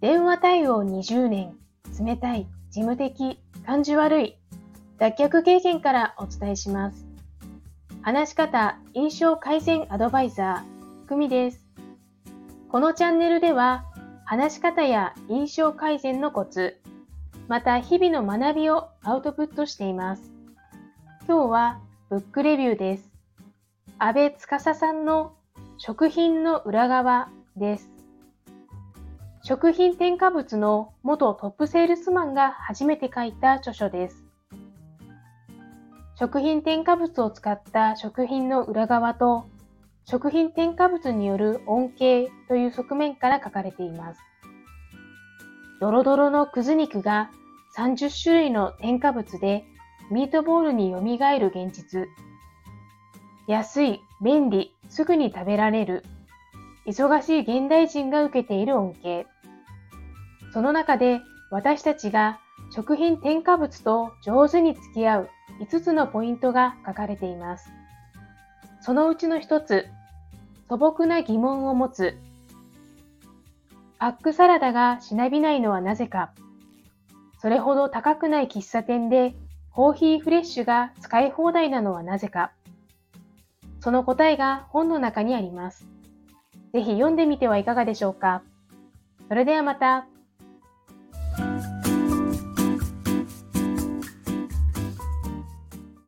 電話対応20年、冷たい、事務的、感じ悪い、脱却経験からお伝えします。話し方、印象改善アドバイザー、久美です。このチャンネルでは、話し方や印象改善のコツ、また日々の学びをアウトプットしています。今日はブックレビューです。阿部司さんの食品の裏側です。食品添加物の元トップセールスマンが初めて書いた著書です。食品添加物を使った食品の裏側と食品添加物による恩恵という側面から書かれています。ドロドロのくず肉が30種類の添加物でミートボールによみがえる現実。安い、便利、すぐに食べられる。忙しい現代人が受けている恩恵。その中で私たちが食品添加物と上手に付き合う5つのポイントが書かれています。そのうちの一つ、素朴な疑問を持つ。パックサラダがしなびないのはなぜか。それほど高くない喫茶店でコーヒーフレッシュが使い放題なのはなぜか。その答えが本の中にあります。ぜひ読んでみてはいかがでしょうか。それではまた。